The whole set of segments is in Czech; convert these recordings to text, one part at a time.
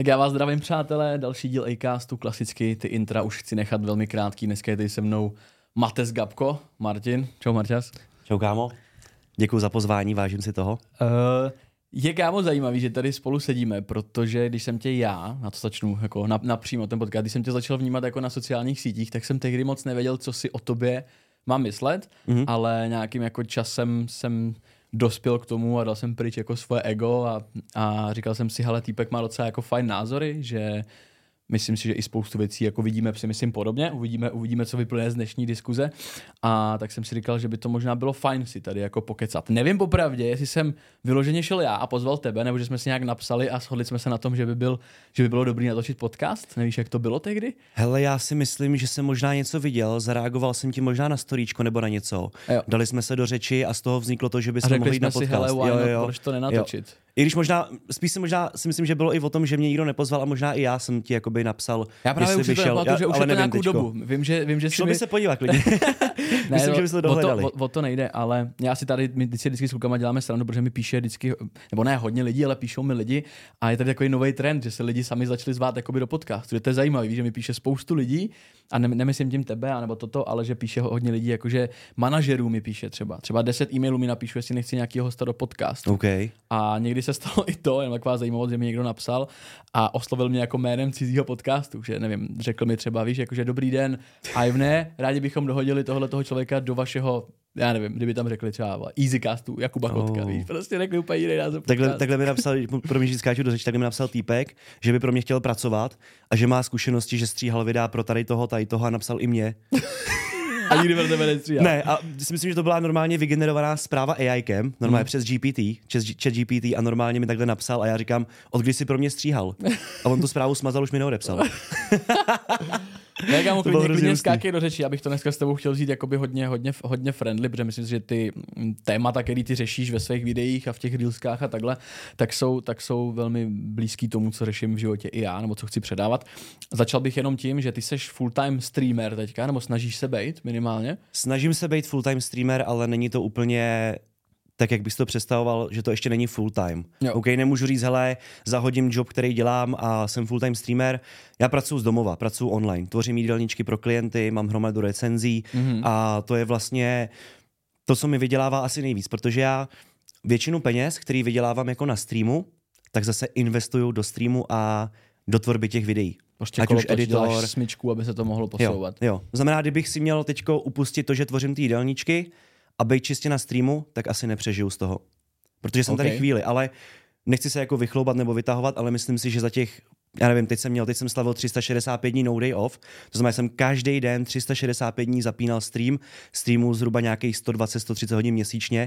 Tak já vás zdravím, přátelé, další díl Acastu, klasicky ty intra už chci nechat velmi krátký, dneska je tady se mnou Mates Gabko, Martin, čau Marťas. Čau kámo, děkuji za pozvání, vážím si toho. Je kámo zajímavý, že tady spolu sedíme, protože když jsem tě já, na to začnu jako napřímo ten podcast, když jsem tě začal vnímat jako na sociálních sítích, tak jsem tehdy moc nevěděl, co si o tobě mám myslet, ale nějakým jako časem jsem dospěl k tomu a dal jsem pryč jako svoje ego a říkal jsem si, hele, týpek má docela jako fajn názory, že myslím si, že i spoustu věcí jako vidíme, si myslím podobně, uvidíme, co vyplyne z dnešní diskuze a tak jsem si říkal, že by to možná bylo fajn si tady jako pokecat. Nevím popravdě, jestli jsem vyloženě šel já a pozval tebe, nebo že jsme si nějak napsali a shodli jsme se na tom, že by bylo dobrý natočit podcast. Nevíš, jak to bylo tehdy? Hele, já si myslím, že jsem možná něco viděl, zareagoval jsem ti možná na storíčko nebo na něco. Jo. Dali jsme se do řeči a z toho vzniklo to, že bychom mohli jít na podcast. A řekli jsme si, hele, proč to nenatočit? Jo. I když spíš si myslím, že bylo i o tom, že mě nikdo nepozval a možná i já jsem ti jakoby napsal, já právě už vyšel, že už je to nějakou dobu. Vím, že šlo by se podívat klidně. Myslím, že by se to dohledali. O to nejde, ale já si tady, my vždycky s klukama děláme srandu, protože mi píše vždycky, nebo ne hodně lidí, ale píšou mi lidi a je tady takový nový trend, že se lidi sami začali zvát jakoby do podcastu. To je zajímavé, víš, že mi píše spoustu lidí a nemyslím tím tebe, anebo toto, ale že píše hodně lidí, jakože manažerů mi píše třeba 10 e-mailů mi napíšu, jestli nechci nějakého hosta do podcastu. Okay. A někdy se stalo i to, jen taková zajímavost, že mi někdo napsal a oslovil mě jako jménem cizího podcastu, že nevím, řekl mi třeba, víš, jakože dobrý den, Ivne, rádi bychom dohodili toho člověka do vašeho, já nevím, kdyby tam řekli třeba Easycastu, Jakuba Kotka, víš, prostě řekli úplně jiný název. Takhle mi napsal, pro mě, že skáču do řeči, takhle mi napsal týpek, že by pro mě chtěl pracovat a že má zkušenosti, že stříhal videa pro tady toho a napsal i mě. A nikdy pro tebe nestříhal. Ne, a si myslím, že to byla normálně vygenerovaná zpráva AIkem, normálně přes ChatGPT a normálně mi takhle napsal a já říkám, od kdy jsi pro mě stříhal? A on tu zprávu smazal, už mi neodepsal. Já kámo, klidně skákej do řeči, abych to dneska s tebou chtěl vzít jakoby hodně friendly, protože myslím, že ty témata, který ty řešíš ve svých videích a v těch reelskách a takhle, tak jsou velmi blízký tomu, co řeším v životě i já, nebo co chci předávat. Začal bych jenom tím, že ty seš full-time streamer teďka, nebo snažíš se být minimálně? Snažím se být full-time streamer, ale není to úplně tak, jak bys to představoval, že to ještě není full time. OK, nemůžu říct, hele, zahodím job, který dělám a jsem full time streamer. Já pracuji z domova, pracuji online, tvořím jídelníčky pro klienty, mám hromadu recenzí a to je vlastně to, co mi vydělává asi nejvíc, protože já většinu peněz, který vydělávám jako na streamu, tak zase investuju do streamu a do tvorby těch videí. Prostě ať už editor, smyčku, aby se to mohlo posouvat. Jo. Znamená, kdybych si měl teďko upustit to, že tvořím ty jídelníčky, a být čistě na streamu, tak asi nepřežiju z toho. Protože jsem tady chvíli, ale nechci se jako vychloubat nebo vytahovat, ale myslím si, že za těch, já nevím, teď jsem slavil 365 dní no day off, to znamená, jsem každý den 365 dní zapínal streamu zhruba nějakých 120-130 hodin měsíčně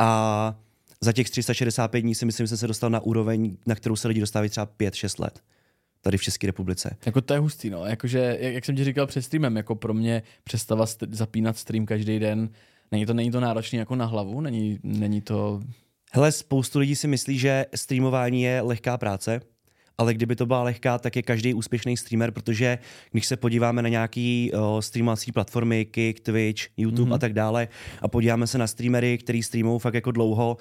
a za těch 365 dní si myslím, že jsem se dostal na úroveň, na kterou se lidi dostávají třeba 5-6 let. Tady v České republice. Jako to je hustý, no. Jakože, jak jsem ti říkal před streamem, jako pro mě přestava zapínat stream každý den, Není to náročný jako na hlavu? Není to... Hele, spoustu lidí si myslí, že streamování je lehká práce, ale kdyby to byla lehká, tak je každý úspěšný streamer, protože když se podíváme na nějaký streamovací platformy, Kick, Twitch, YouTube a tak dále a podíváme se na streamery, který streamují fakt jako dlouho,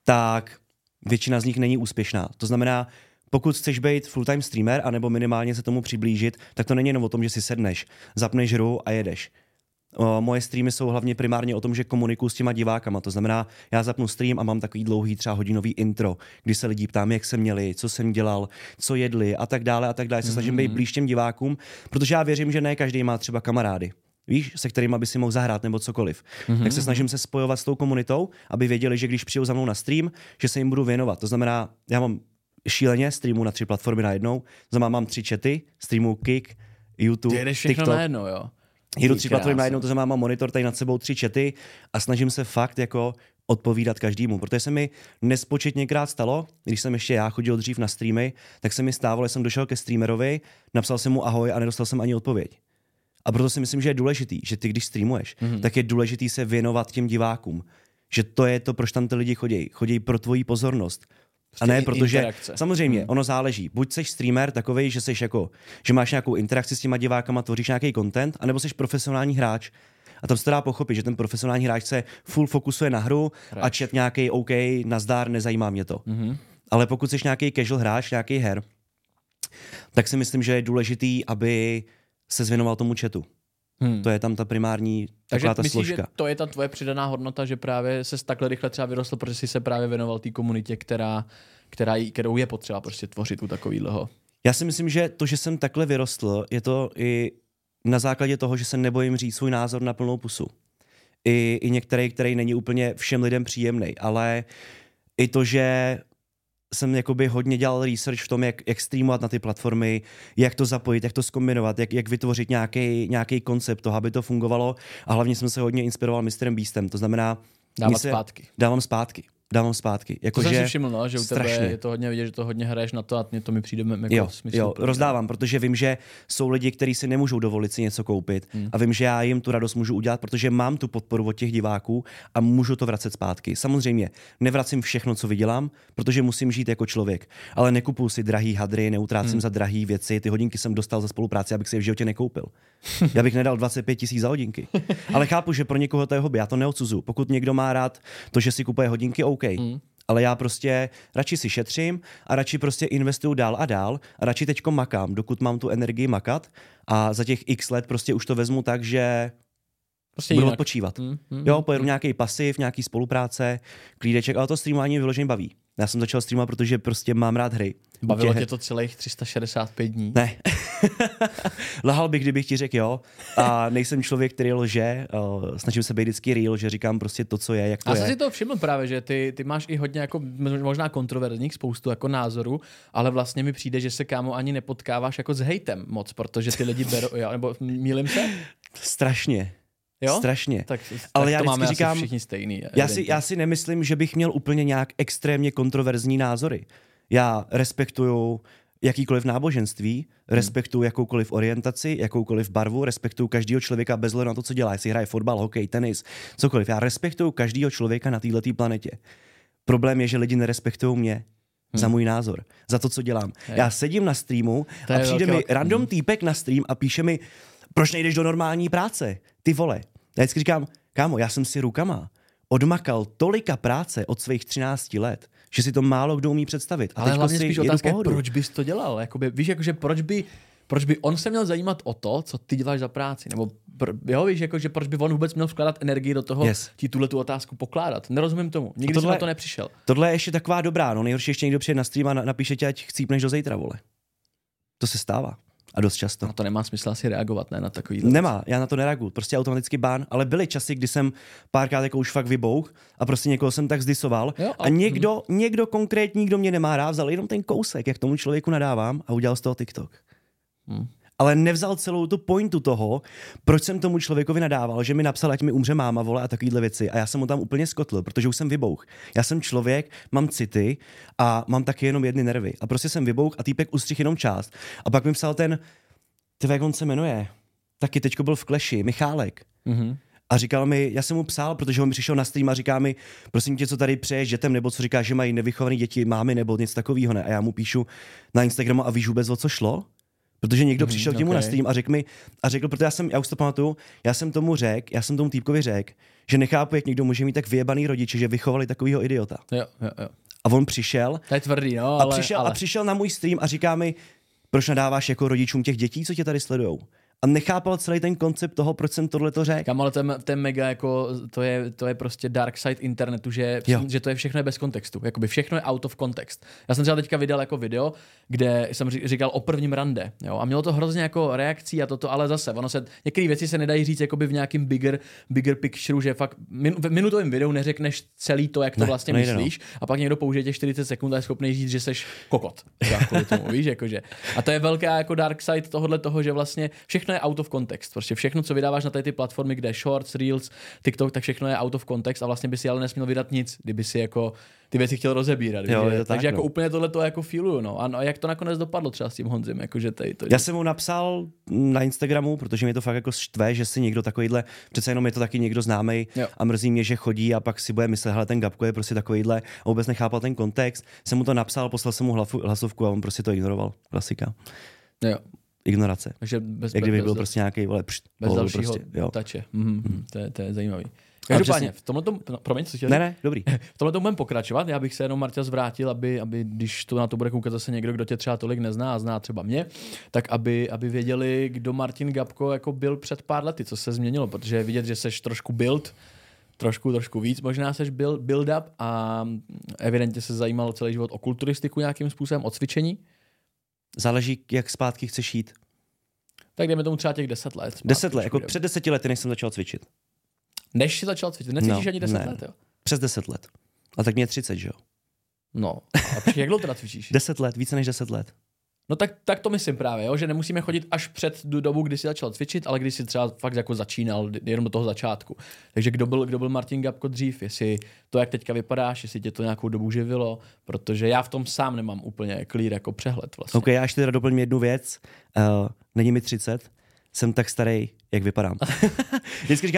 tak většina z nich není úspěšná. To znamená, pokud chceš být full-time streamer anebo minimálně se tomu přiblížit, tak to není jenom o tom, že si sedneš, zapneš hru a jedeš. Moje streamy jsou hlavně primárně o tom, že komunikuju s těma divákama. To znamená, já zapnu stream a mám takový dlouhý třeba hodinový intro, kdy se lidi ptám, jak se měli, co jsem dělal, co jedli a tak dále. Se snažím být blíž těm divákům, protože já věřím, že ne každý má třeba kamarády. Víš, se kterými by si mohl zahrát nebo cokoliv. Tak se snažím se spojovat s tou komunitou, aby věděli, že když přijou za mnou na stream, že se jim budu věnovat. To znamená, já mám šíleně streamu na 3 platformy najednou, znamená mám 3 chaty, streamu Kick, YouTube, TikTok. Najednou, jo. Jedu 3 platformy najednou, to znamená, mám monitor tady nad sebou 3 chaty a snažím se fakt jako odpovídat každému, protože se mi nespočetněkrát stalo, když jsem ještě já chodil dřív na streamy, tak se mi stávalo, že jsem došel ke streamerovi, napsal jsem mu ahoj a nedostal jsem ani odpověď. A proto si myslím, že je důležitý, že ty když streamuješ, tak je důležitý se věnovat těm divákům. Že to je to, proč tam ty lidi chodí. Chodí pro tvoji pozornost. A ne, protože interakce. Samozřejmě, ono záleží. Buď seš streamer takovej, že seš jako, že máš nějakou interakci s těma divákama, tvoříš nějaký content, anebo seš profesionální hráč. A tam se to dá pochopit, že ten profesionální hráč se full fokusuje na hru a chat nějaký OK, nazdar, nezajímá mě to. Ale pokud seš nějaký casual hráč, nějaký her, tak si myslím, že je důležitý, aby se zvěnoval tomu chatu. To je tam ta primární taková ta myslíš, složka. Že to je ta tvoje přidaná hodnota, že právě se takhle rychle třeba vyrostl, protože jsi se právě věnoval té komunitě, kterou je potřeba prostě tvořit u takovýhleho. Já si myslím, že to, že jsem takhle vyrostl, je to i na základě toho, že se nebojím říct svůj názor na plnou pusu. I některý, který není úplně všem lidem příjemný, ale i to, že jsem jakoby hodně dělal research v tom, jak streamovat na ty platformy, jak to zapojit, jak to zkombinovat, jak vytvořit nějaký koncept toho, aby to fungovalo, a hlavně jsem se hodně inspiroval Mr. Beastem, to znamená Dávám zpátky. Jako to jsem si všiml, no, že u tebe je to hodně vidět, že to hodně hraješ na to a mě to mi přijde jako smysl. Jo, rozdávám, protože vím, že jsou lidi, kteří si nemůžou dovolit si něco koupit a vím, že já jim tu radost můžu udělat, protože mám tu podporu od těch diváků a můžu to vracet zpátky. Samozřejmě nevracím všechno, co vydělám, protože musím žít jako člověk, ale nekupuju si drahý hadry, neutrácím za drahé věci, ty hodinky jsem dostal za spolupráci, abych si je v životě nekoupil. Já bych nedal 25 000 za hodinky. Ale chápu, že pro někoho to je hobby, já to neodsuzuju. Pokud někdo má rád to, že si kupuje hodinky, OK. Ale já prostě radši si šetřím a radši prostě investuju dál a dál a radši teďko makám, dokud mám tu energii makat, a za těch x let prostě už to vezmu tak, že prostě budu odpočívat. Jo, pojedu nějaký pasiv, nějaký spolupráce, klídeček, ale to streamování vyloženě baví. Já jsem začal streamovat, protože prostě mám rád hry. Bavilo tě to celých 365 dní? Ne. Lhal bych, kdybych ti řekl jo. A nejsem člověk, který lže. Snažím se být vždycky real, že říkám prostě to, co je, jak to je. Já jsem si to všiml právě, že ty máš i hodně jako možná kontroverzních, spoustu jako názorů, ale vlastně mi přijde, že se, kámo, ani nepotkáváš jako s hejtem moc, protože ty lidi berou, nebo mýlím se? Strašně. Jo? Strašně. Ale tak já to máme říkám, všichni stejný. Já si nemyslím, že bych měl úplně nějak extrémně kontroverzní názory. Já respektuju jakýkoliv náboženství, respektuju jakoukoliv orientaci, jakoukoliv barvu, respektuju každého člověka bez ohledu na to, co dělá, jestli hraje fotbal, hokej, tenis, cokoliv. Já respektuju každého člověka na této planetě. Problém je, že lidi nerespektují mě za můj názor, za to, co dělám. Já sedím na streamu a přijde mi random týpek na stream a píše mi: proč nejdeš do normální práce? Ty vole. Já vždycky říkám: kámo, já jsem si rukama odmakal tolika práce od svých 13 let, že si to málo kdo umí představit. A ale hlavně spíš otázka, proč bys to dělal? Jakoby, víš, jakože proč by on se měl zajímat o to, co ty děláš za práci? Nebo víš, jakože proč by on vůbec měl vkládat energii do toho, ti tu otázku pokládat? Nerozumím tomu. Nikdy jsem na to nepřišel. Tohle je ještě taková dobrá, no nejhorší ještě někdo přijde na stream a napíše ti, ať chcípneš do zítra, vole. To se stává. A dost často. No to nemá smysl asi reagovat, ne, na takový. Nemá, já na to nereaguju, prostě automaticky ban, ale byly časy, kdy jsem párkrát jako už fakt vybouch a prostě někoho jsem tak zdisoval a někdo konkrétní, kdo mě nemá rád, vzal jenom ten kousek, jak tomu člověku nadávám, a udělal z toho TikTok. Ale nevzal celou tu pointu toho, proč jsem tomu člověkovi nadával, že mi napsal, ať mi umře máma, vole, a takovýhle věci. A já jsem mu tam úplně skotl, protože už jsem vybouch. Já jsem člověk, mám city a mám taky jenom jedny nervy. A prostě jsem vybouch a týpek ustřih jenom část. A pak mi psal jak on se jmenuje, taky teďko byl v Clashi, Michálek. A říkal mi, já jsem mu psal, protože on mi přišel na stream a říká mi: prosím tě, co tady přeješ dětem, nebo co říká, že mají nevychované děti, mámy, nebo něco takového, ne? A já mu píšu na Instagramu: a víš vůbec, o co šlo? Protože někdo přišel k němu na stream a řekl, protože já už to pamatuju, já jsem tomu týpkovi řekl, že nechápu, jak někdo může mít tak vyjebaný rodiče, že vychovali takovýho idiota. Jo. A on přišel. To je tvrdý, no, a přišel na můj stream a říká mi: proč nadáváš jako rodičům těch dětí, co tě tady sledujou? A nechápal celý ten koncept toho, proč jsem tohleto řekl. Kam, ale to je mega jako, to je prostě dark side internetu, že to je všechno je bez kontextu. Jakoby všechno je out of context. Já jsem třeba teďka vydal jako video, kde jsem říkal o prvním rande, jo, a mělo to hrozně jako reakcí a toto, ale zase, některé věci se nedají říct jakoby v nějakým bigger picture, že fakt v minutovém videu neřekneš celý to, jak to vlastně myslíš, a pak někdo použije těch 40 sekund a je schopný říct, že seš kokot. Tomu, víš, jakože. A to je velká jako dark side tohohle toho, že vlastně všechno je out of context. Prostě všechno, co vydáváš na ty platformy, kde Shorts, Reels, TikTok, tak všechno je out of context a vlastně by si ale nesměl vydat nic, kdyby si jako ty věci chtěl rozebírat. Takže jako úplně tohle to jako feeluju, no. A jak to nakonec dopadlo třeba s tím Honzim, jakože Já jsem mu napsal na Instagramu, protože mě to fakt jako štve, že si někdo takovýhle, přece jenom je to taky někdo známej a mrzí mě, že chodí a pak si bude myslet, hele, ten Gabko je prostě takovýhle, a vůbec nechápal ten kontext. Jsem mu to napsal, poslal jsem mu hlasovku a on prostě to ignoroval. Klasika. Jo. Ignorace. Takže jak kdyby byl prostě nějaký bez dalšího prostě, tače. To je zajímavý. Každopádně, v tomhletom, promiň, co chtěl? Ne, dobrý. V tomhletom budeme pokračovat, já bych se jenom, Marťa, zvrátil, aby když to na to bude koukat zase někdo, kdo tě třeba tolik nezná a zná třeba mě, tak aby věděli, kdo Martin Gabko jako byl před pár lety, co se změnilo, protože je vidět, že seš trošku build, trošku víc, možná seš build up a evidentně se zajímalo celý život o kulturistiku nějakým způsobem, o cvičení. Záleží, jak zpátky chceš jít. Tak jdeme tomu třeba těch 10 let. 10 let, jako před 10 lety, než jsem začal cvičit. Než jsi začal cvičit, necvičíš ani 10 let, jo? Přes 10 let. A tak mě je 30, že jo? No, a jak dlouho teda cvičíš? 10 let, více než 10 let. No tak to myslím právě, jo? Že nemusíme chodit až před dobu, kdy jsi začal cvičit, ale když jsi třeba fakt jako začínal jenom do toho začátku. Takže kdo byl Martin Gabko dřív, jestli to, jak teďka vypadáš, jestli tě to nějakou dobu živilo, protože já v tom sám nemám úplně clear jako přehled vlastně. OK, já ještě teda doplním jednu věc. Není mi 30, jsem tak starý, jak vypadám. Vždycky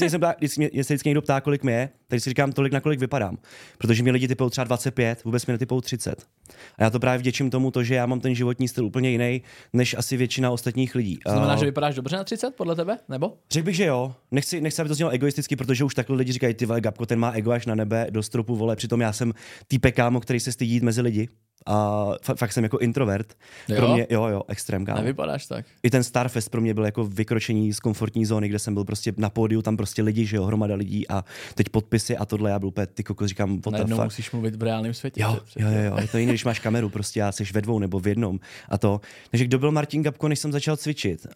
vždycky někdo ptá, kolik mi je, tak si říkám tolik, na kolik vypadám. Protože mě lidi typou třeba 25, vůbec mi netypou 30. A já to právě vděčím tomu, že já mám ten životní styl úplně jiný, než asi většina ostatních lidí. To znamená, že vypadáš dobře na 30 podle tebe, nebo? Řekl bych, že jo. Nechci, aby to znělo egoisticky, protože už takhle lidi říkají, ty vole, Gabko, ten má ego až na nebe, do stropu, vole, přitom já jsem týpek, kámo, který se stydí jít mezi lidi. A fakt jsem jako introvert. Pro mě, jo, extrém, kámo. Nevypadáš tak. I ten Starfest pro mě byl jako vykročení z komfortní zóny, kde jsem byl prostě na pódiu, tam prostě lidi, že jo, hromada lidí a teď podpisy a tohle, já byl úplně ty kokos, říkám, what the fuck. Najednou musíš mluvit v reálném světě. Jo, je to jiné, když máš kameru, prostě já seš ve dvou nebo v jednom a to. Takže kdo byl Martin Gabko, než jsem začal cvičit?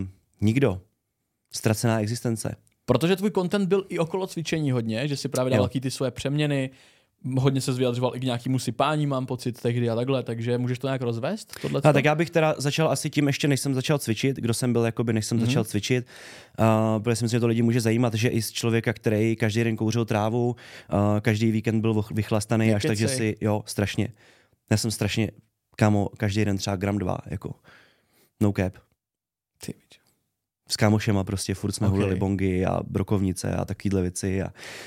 Nikdo. Ztracená existence. Protože tvůj content byl i okolo cvičení hodně, že si právě dal ty svoje přeměny, hodně se vyjadřoval i k nějakému sypání, mám pocit tehdy a takhle, takže můžeš to nějak rozvést? Tak já bych teda začal asi tím ještě, než jsem začal cvičit, kdo jsem byl, jakoby, než jsem začal cvičit, protože si myslím, že to lidi může zajímat, že i z člověka, který každý den kouřil trávu, každý víkend byl vychlastaný, až takže si, jo, strašně. Já jsem strašně, kámo, každý den třeba 1-2 gram, jako no cap. S kámošema prostě furt jsme hulili bongy a brokovnice a takovýhle věci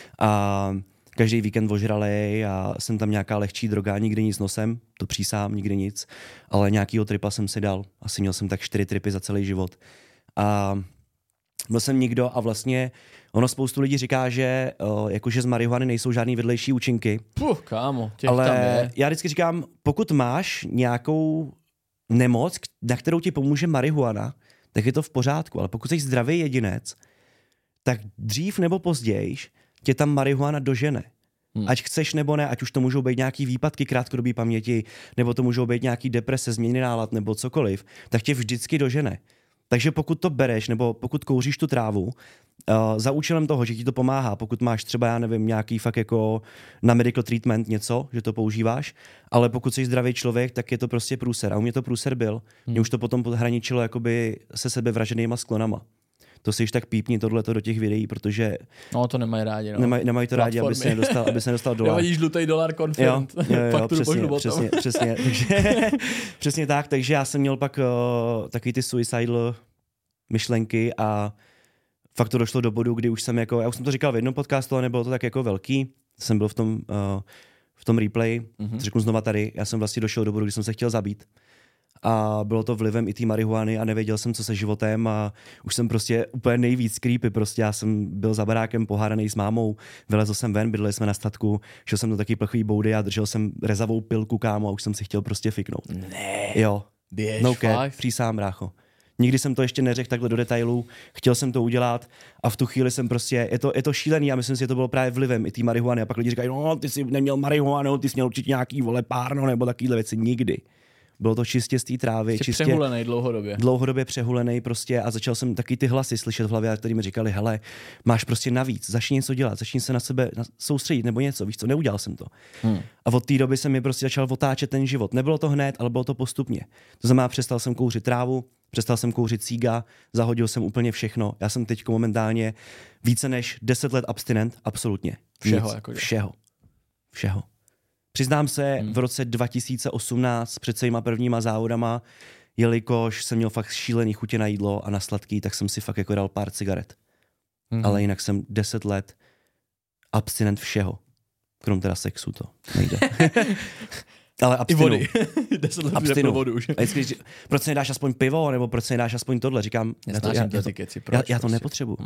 a každý víkend ožralej a jsem tam nějaká lehčí droga, nikdy nic nosem, to přísám, nikdy nic, ale nějakýho tripa jsem si dal, asi měl jsem tak 4 tripy za celý život. A byl jsem nikdo a vlastně ono spoustu lidí říká, že jakože z marihuany nejsou žádný vedlejší účinky. Kámo, ale tam je. Já vždycky říkám, pokud máš nějakou nemoc, na kterou ti pomůže marihuana, tak je to v pořádku, ale pokud jsi zdravý jedinec, tak dřív nebo později tě tam marihuana dožene. Ať chceš nebo ne, ať už to můžou být nějaký výpadky krátkodobé paměti, nebo to můžou být nějaký deprese, změny nálad nebo cokoliv, tak tě vždycky dožene. Takže pokud to bereš, nebo pokud kouříš tu trávu, za účelem toho, že ti to pomáhá, pokud máš třeba, já nevím, nějaký fakt jako na medical treatment něco, že to používáš, ale pokud jsi zdravý člověk, tak je to prostě průser. A u mě to průser byl. Mě už to potom hraničilo jakoby se sebevraženýma sklonama. To si již tak pípni tohleto do těch videí, protože... No to nemají rádi, no. Nemají to rádi, aby se nedostal dolar. Vidíš žlutý dolar confirmed. Jo, přesně. Takže, přesně tak, takže já jsem měl pak takový ty suicidal myšlenky a fakt to došlo do bodu, kdy už jsem jako, já už jsem to říkal v jednom podcastu, ale nebylo to tak jako velký. Jsem byl v tom replay, řeknu znova tady, já jsem vlastně došel do bodu, kdy jsem se chtěl zabít. A bylo to vlivem i té marihuany a nevěděl jsem, co se životem a už jsem prostě úplně nejvíc creepy, prostě já jsem byl za barákem pohádaný s mámou, vylezl jsem ven, bydleli jsme na statku, šel jsem do takový plechový boudy a držel jsem rezavou pilku, kámo, a už jsem si chtěl prostě fiknout. Ne. Jo. Běž, no cap, přísám, brácho. Nikdy jsem to ještě neřekl takhle do detailů, chtěl jsem to udělat a v tu chvíli jsem prostě, je to šílený a myslím si, že to bylo právě vlivem i té marihuany a pak lidi říkají, no ty jsi neměl marihuanu, ty jsi měl určitě nějaký vole párno nebo takovýhle věci, nikdy. Bylo to čistě z té trávy. Čistě přehulenej dlouhodobě. Dlouhodobě přehulenej prostě a začal jsem taky ty hlasy slyšet v hlavě, který mi říkali, hele, máš prostě navíc, začni něco dělat, začni se na sebe soustředit nebo něco, víš co, neudělal jsem to. A od té doby jsem mi prostě začal otáčet ten život. Nebylo to hned, ale bylo to postupně. To znamená, přestal jsem kouřit trávu, přestal jsem kouřit cíga, zahodil jsem úplně všechno. Já jsem teď momentálně více než 10 let abstinent, absolutně. Všeho. Přiznám se, v roce 2018 před svýma prvníma závodama, jelikož jsem měl fakt šílený chutě na jídlo a na sladký, tak jsem si fakt jako dal pár cigaret. Ale jinak jsem 10 let abstinent všeho. Krom teda sexu, to nejde. Ale abstinu. I vody. 10 let abstinu. Vodu už. Proč se nedáš aspoň pivo, nebo proč se nedáš aspoň tohle? Říkám, já to nepotřebuju.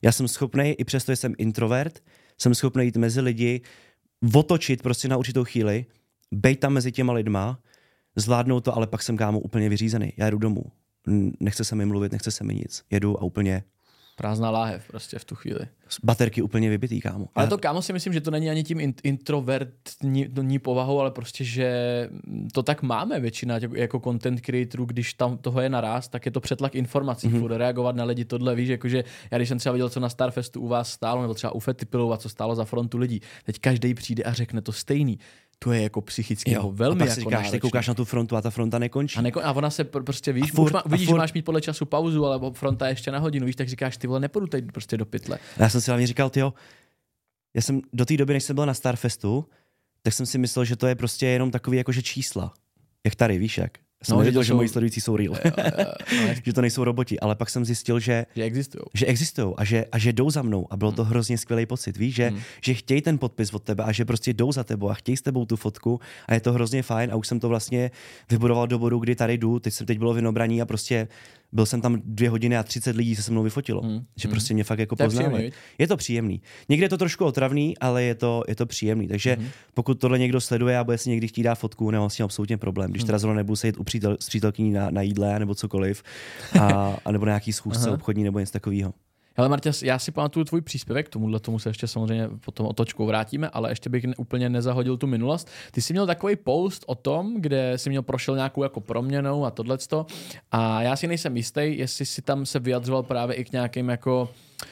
Já jsem schopný, i přesto, že jsem introvert, jsem schopný jít mezi lidi, otočit prostě na určitou chvíli, bejt tam mezi těma lidma, zvládnout to, ale pak jsem kámo úplně vyřízený. Já jdu domů. Nechce se mi mluvit, nechce se mi nic. Jedu a úplně... Prázdná láhev prostě v tu chvíli. Baterky úplně vybitý, kámo. Ale to, kámo, si myslím, že to není ani tím introvertní povahou, ale prostě, že to tak máme většina jako content creatorů, když tam toho je naráz, tak je to přetlak informací, furt reagovat na lidi, tohle víš, jakože já když jsem třeba viděl, co na Starfestu u vás stálo, nebo třeba u Fetipilova, co stálo za frontu lidí, teď každý přijde a řekne to stejný. To je jako psychicky velmi jako říkáš, ty koukáš na tu frontu a ta fronta nekončí. A ona se prostě víš, vidíš, že máš mít podle času pauzu, ale fronta je ještě na hodinu, víš, tak říkáš, ty vole, nepůjdu tady prostě do pytle. Já jsem si hlavně říkal, tyjo, já jsem do té doby, než jsem byl na Starfestu, tak jsem si myslel, že to je prostě jenom takový jakože čísla. Jak tady, víš jak? Jsem nevěděl, že moji sledující jsou real. Že to nejsou roboti, ale pak jsem zjistil, že existují a že jdou za mnou a bylo to hrozně skvělý pocit, víš, že chtějí ten podpis od tebe a že prostě jdou za tebou a chtějí s tebou tu fotku a je to hrozně fajn a už jsem to vlastně vybudoval do bodu, kdy tady jdu, teď bylo Vinobraní a prostě byl jsem tam 2 hodiny a 30 lidí se mnou vyfotilo, že prostě mě fakt jako poznali. Je to příjemný. Někde je to trošku otravný, ale je to příjemný. Takže pokud tohle někdo sleduje a bude si někdy chtít dát fotku, nemám s tím absolutně problém. Když teda zrovna nebudu sedět s přítelkyní na jídle nebo cokoliv, a nebo na nějaký schůzce obchodní nebo něco takového. Ale Martě, já si pamatuju tvůj příspěvek, tomu se ještě samozřejmě potom otočkou vrátíme, ale ještě bych úplně nezahodil tu minulost. Ty jsi měl takový post o tom, kde jsi měl prošel nějakou jako proměnou a tohleto a já si nejsem jistý, jestli si tam se vyjadřoval právě i k nějakým jako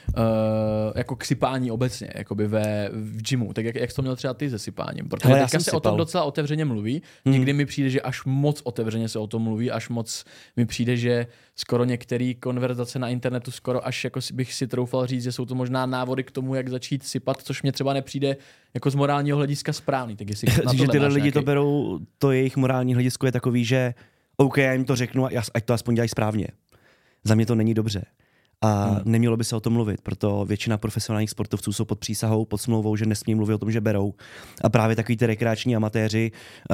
k sypání obecně, jakoby v gymu. Tak jak jsi to měl třeba ty se sypáním? Protože teďka se o tom docela otevřeně mluví. Někdy mi přijde, že až moc otevřeně se o tom mluví, až moc mi přijde, že skoro některé konverzace na internetu skoro až jako bych si troufal říct, že jsou to možná návody k tomu, jak začít sypat, což mě třeba nepřijde jako z morálního hlediska správný. Tak jestli že tyhle lidi to berou, to jejich morální hledisko je takový, že OK, já jim to řeknu, ať to aspoň dělají správně. Za mě to není dobře. A nemělo by se o tom mluvit, proto většina profesionálních sportovců jsou pod přísahou, pod smlouvou, že nesmí mluvit o tom, že berou. A právě takový ty rekreační amatéři,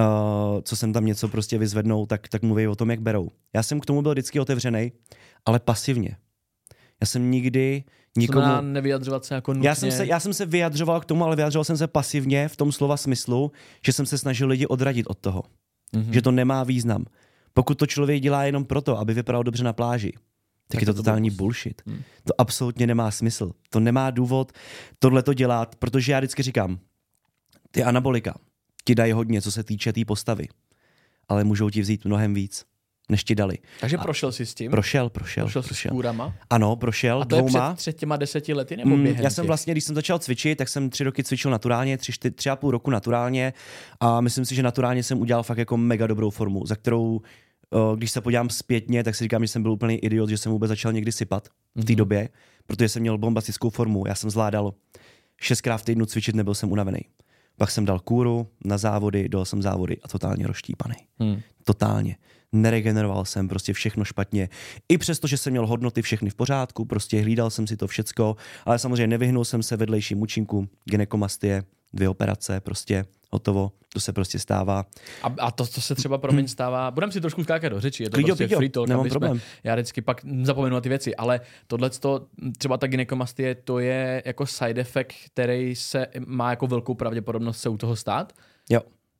co sem tam něco prostě vyzvednou, tak mluví o tom, jak berou. Já jsem k tomu byl vždycky otevřený, ale pasivně. Já jsem nikdy nikomu... nevyjadřovat se jako nutně. Já jsem se vyjadřoval k tomu, ale vyjadřoval jsem se pasivně v tom slova smyslu, že jsem se snažil lidi odradit od toho. Že to nemá význam. Pokud to člověk dělá jenom proto, aby vypadal dobře na pláži, tak je to totální bullshit. To absolutně nemá smysl. To nemá důvod tohleto dělat, protože já vždycky říkám, ty anabolika ti dají hodně, co se týče té postavy, ale můžou ti vzít mnohem víc, než ti dali. Takže prošel jsi s tím? Prošel. Jsi s kůrama? Ano, prošel. A to 2. je před 10 lety nebo během Já jsem vlastně, když jsem začal cvičit, tak jsem 3 roky cvičil naturálně, 3,5 roku naturálně a myslím si, že naturálně jsem udělal fakt jako mega dobrou formu, za kterou když se podívám zpětně, tak si říkám, že jsem byl úplný idiot, že jsem vůbec začal někdy sypat v té době, protože jsem měl bombastickou formu. Já jsem zvládal 6krát v týdnu cvičit, nebyl jsem unavený. Pak jsem dal kůru na závody, dal jsem závody a totálně rozštípaný. Totálně. Neregeneroval jsem, prostě všechno špatně. I přesto, že jsem měl hodnoty všechny v pořádku, prostě hlídal jsem si to všecko, ale samozřejmě nevyhnul jsem se vedlejším účinkům, gynekomastie, 2 operace, prostě hotovo, to se prostě stává. A to se třeba pro mě stává, budeme si trošku skákat do řeči, je to prostě free talk, nemám problém. Já vždycky pak zapomenu na ty věci, ale tohleto, třeba ta gynekomastie, to je jako side effect, který se má jako velkou pravděpodobnost se u toho stát? Jo.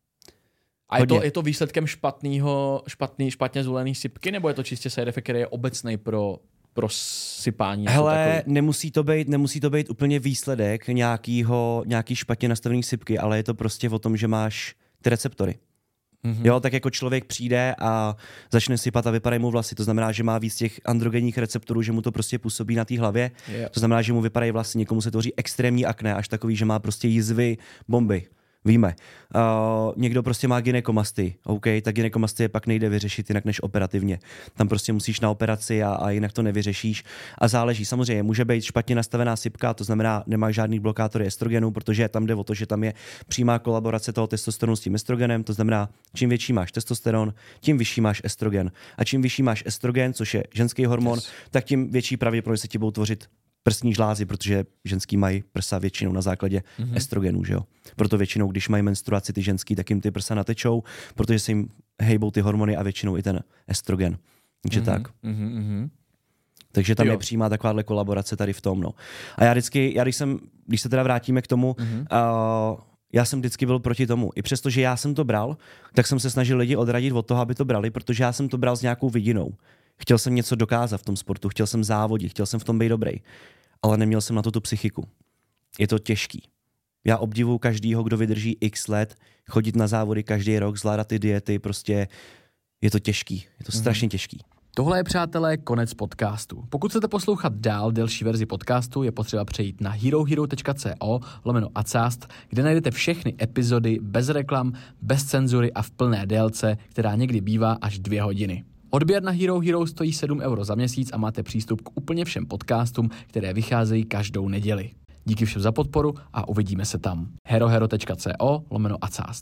A je to výsledkem špatně zvolený sypky, nebo je to čistě side effect, který je obecný pro sypání? Hele, nemusí to být úplně výsledek nějaký špatně nastavený sypky, ale je to prostě o tom, že máš ty receptory. Jo, tak jako člověk přijde a začne sypat a vypadají mu vlasy, to znamená, že má víc těch androgenních receptorů, že mu to prostě působí na té hlavě, to znamená, že mu vypadají vlasy, někomu se tvoří extrémní akné, až takový, že má prostě jizvy, bomby. Víme. Někdo prostě má gynekomastii. OK, tak gynekomastie pak nejde vyřešit jinak než operativně. Tam prostě musíš na operaci a jinak to nevyřešíš. A záleží. Samozřejmě může být špatně nastavená sypka, to znamená, nemáš žádný blokátory estrogenu, protože tam jde o to, že tam je přímá kolaborace toho testosteronu s tím estrogenem. To znamená, čím větší máš testosteron, tím vyšší máš estrogen. A čím vyšší máš estrogen, což je ženský hormon, tak tím větší pravděpodobně se ti budou tvořit prsní žlázy, protože ženský mají prsa většinou na základě estrogenů, že jo. Proto většinou, když mají menstruaci ty ženský, tak jim ty prsa natečou, protože se jim hejbou ty hormony a většinou i ten estrogen. Takže tak. Takže tam je přímá takováhle kolaborace tady v tom, no. A já když se teda vrátíme k tomu, já jsem vždycky byl proti tomu. I přesto, že já jsem to bral, tak jsem se snažil lidi odradit od toho, aby to brali, protože já jsem to bral s nějakou vidinou. Chtěl jsem něco dokázat v tom sportu, chtěl jsem závodit, chtěl jsem v tom být dobrý, ale neměl jsem na to tu psychiku. Je to těžký. Já obdivuju každýho, kdo vydrží x let, chodit na závody každý rok, zvládat ty diety, prostě je to těžký, je to strašně těžký. Tohle je, přátelé, konec podcastu. Pokud chcete poslouchat dál delší verzi podcastu, je potřeba přejít na herohero.co/acast, kde najdete všechny epizody bez reklam, bez cenzury a v plné délce, která někdy bývá až 2 hodiny. Odběr na Hero Hero stojí 7 € za měsíc a máte přístup k úplně všem podcastům, které vycházejí každou neděli. Díky všem za podporu a uvidíme se tam. herohero.co/acast.